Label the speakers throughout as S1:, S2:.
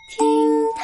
S1: 厅堂。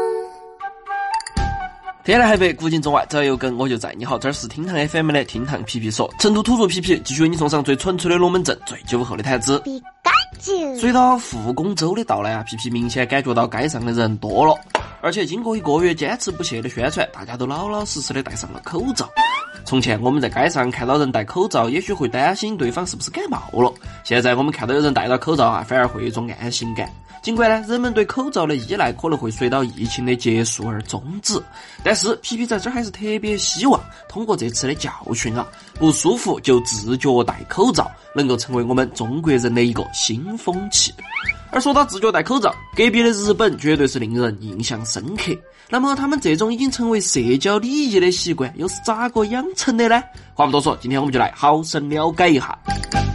S2: 天南海北，古今中外，只要有梗我就在。你好，这是厅堂 FM 的厅堂皮皮说，成都土著皮皮继续为你送上最纯粹的龙门阵，最90后的谈资。随着复工周的到来啊，皮皮明显感觉到街上的人多了，而且经过1个月坚持不懈的宣传，大家都老老实实的戴上了口罩。从前我们在街上看到人戴口罩，也许会担心对方是不是感冒了，现在我们看到有人戴了口罩啊，反而会有一种安心感。尽管呢，人们对口罩的依赖可能会随到疫情的结束而终止，但是皮皮在这儿还是特别希望通过这次的教训啊，不舒服就自觉戴口罩，能够成为我们中国人的一个新风气。而说到自觉戴口罩，隔壁的日本绝对是令人印象深刻。那么他们这种已经成为社交礼仪的习惯又是咋个养成的呢？话不多说，今天我们就来好生了解一下。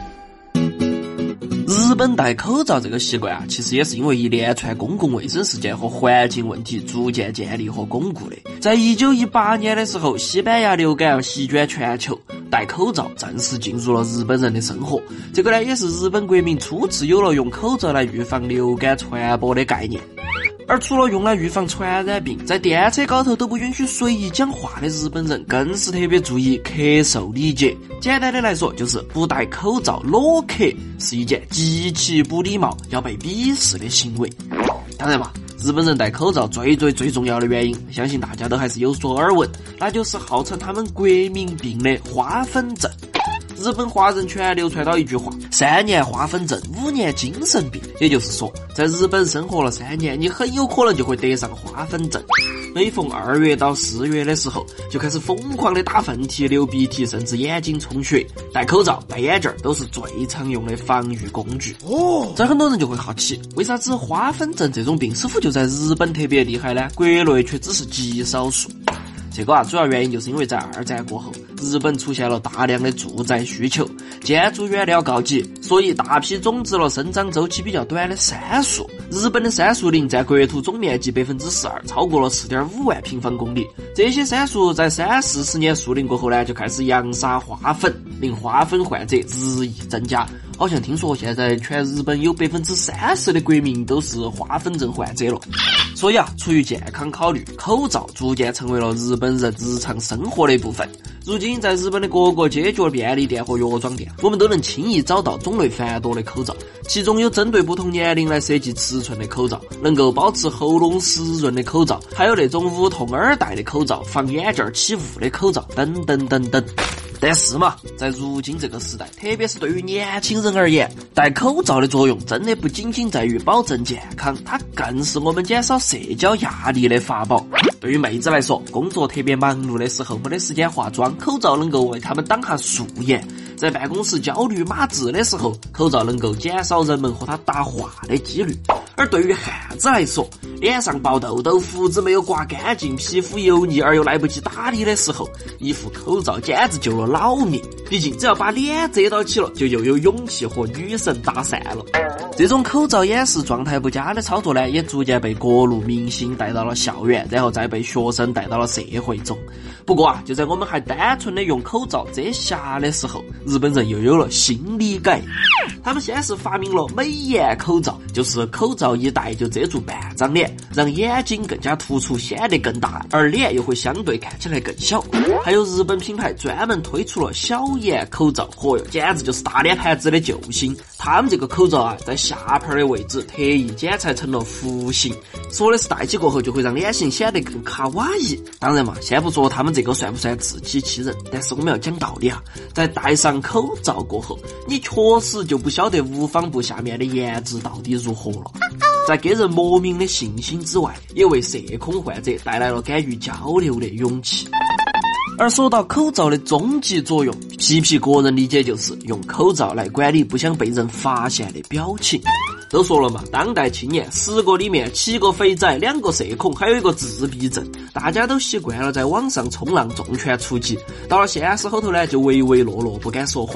S2: 日本戴口罩这个习惯啊，其实也是因为一连串公共卫生事件和环境问题逐渐建立和巩固的。在1918年的时候，西班牙流感席卷全球，戴口罩正式进入了日本人的生活。这个呢，也是日本国民初次有了用口罩来预防流感传播的概念。而除了用来预防传染病，在电车高头都不允许随意讲话的日本人更是特别注意咳嗽礼节。简单的来说，就是不戴口罩裸咳是一件极其不礼貌要被鄙视的行为。当然嘛，日本人戴口罩最重要的原因，相信大家都还是有所耳闻，那就是号称他们国民病的花粉症。日本华人圈流传到一句话：3年花粉症，5年精神病。也就是说，在日本生活了3年，你很有可能就会得上花粉症。每逢2月到4月的时候，就开始疯狂的打喷嚏、流鼻涕，甚至眼睛充血。戴口罩、戴眼镜都是最常用的防御工具。这很多人就会好奇，为啥子花粉症这种病似乎就在日本特别厉害呢？国内却只是极少数。这个主要原因就是因为在2战过后，日本出现了大量的住宅需求，建筑原料告急，所以大批种植了生长周期比较短的杉树。日本的杉树林占国土总面积 42%， 超过了 4.5 万平方公里。这些杉树在30-40年树龄过后呢，就开始扬撒花粉，令花粉患者日益增加。好像听说现在全日本有 30% 的国民都是花粉症患者了。所以啊，出于健康考虑，口罩逐渐成为了日本人日常生活的一部分。如今在日本的各个街角便利店和药妆店，我们都能轻易找到种类繁多的口罩，其中有针对不同年龄来设计尺寸的口罩，能够保持喉咙湿润的口罩，还有那种无痛耳带的口罩，防眼镜起雾的口罩，等等等等。但是嘛，在如今这个时代，特别是对于年轻人而言，戴口罩的作用真的不仅仅在于保证健康，它更是我们减少社交压力的法宝。对于妹子来说，工作特别忙碌的时候没得时间化妆，口罩能够为他们挡下素颜；在办公室焦虑码字的时候，口罩能够减少人们和他搭话的几率。而对于汉子来说，脸上爆痘痘，胡子没有刮干净，皮肤油腻而又来不及打理的时候，一副口罩简直救了老命。毕竟只要把脸遮到起了，就又有勇气和女神搭讪了。这种口罩掩饰状态不佳的操作呢，也逐渐被各路明星带到了校园，然后再被学生带到了社会中。不过啊，就在我们还单纯的用口罩遮瑕的时候，日本人又有了新理解。他们先是发明了美颜口罩，就是口罩一戴就遮住半张脸，让眼睛更加突出显得更大，而脸又会相对看起来更小。还有日本品牌专门推出了小眼口罩，简直就是大脸盘子的救星。他们这个口罩啊，在下盘的位置特意剪裁成了弧形，说的是戴起过后就会让脸型显得更卡哇伊。当然嘛，先不说他们这个算不算自欺欺人，但是我们要讲道理啊，在戴上口罩过后，你确实就不晓得无纺布下面的颜值到底如何了。在给人莫名的信心之外，也为社恐患者带来了敢于交流的勇气。而说到口罩的终极作用，皮皮个人理解就是用口罩来管理不想被人发现的表情。都说了嘛，当代青年10个里面7个肥仔，2个社恐，还有一个自闭症。大家都习惯了在网上冲浪重拳出击，到了现实后头呢，就唯唯诺诺不敢说话。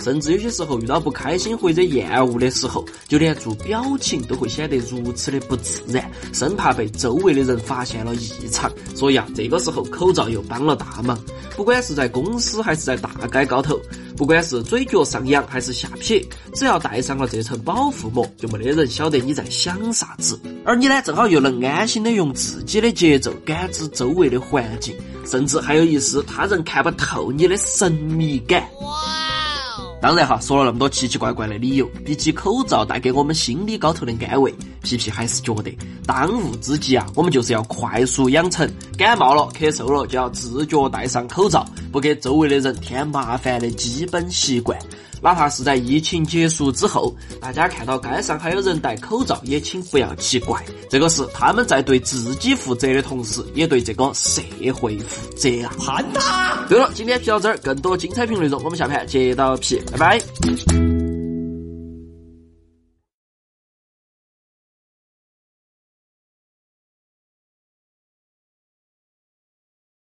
S2: 甚至有些时候遇到不开心或者厌恶的时候，就连做表情都会显得如此的不自然，生怕被周围的人发现了异常。所以啊，这个时候口罩又帮了大忙。不管是在公司还是在大街高头，不管是嘴角上扬还是下撇，只要戴上了这层保护膜，就没得人晓得你在想啥子。而你呢，正好又能安心的用自己的节奏感知周围的环境，甚至还有一丝他人看不透你的神秘感。当然哈，说了那么多奇奇怪怪的理由，比起口罩带给我们心理高头的安慰，皮皮还是觉得当务之急啊，我们就是要快速养成感冒了咳嗽了就要自觉戴上口罩，不给周围的人添麻烦的基本习惯。哪怕是在疫情结束之后，大家看到街上还有人戴口罩，也请不要奇怪，这个是他们在对自己负责的同时，也对这个社会负责啊！盘他！对了，今天皮到这儿，更多精彩评论内容我们下盘接到皮，拜拜。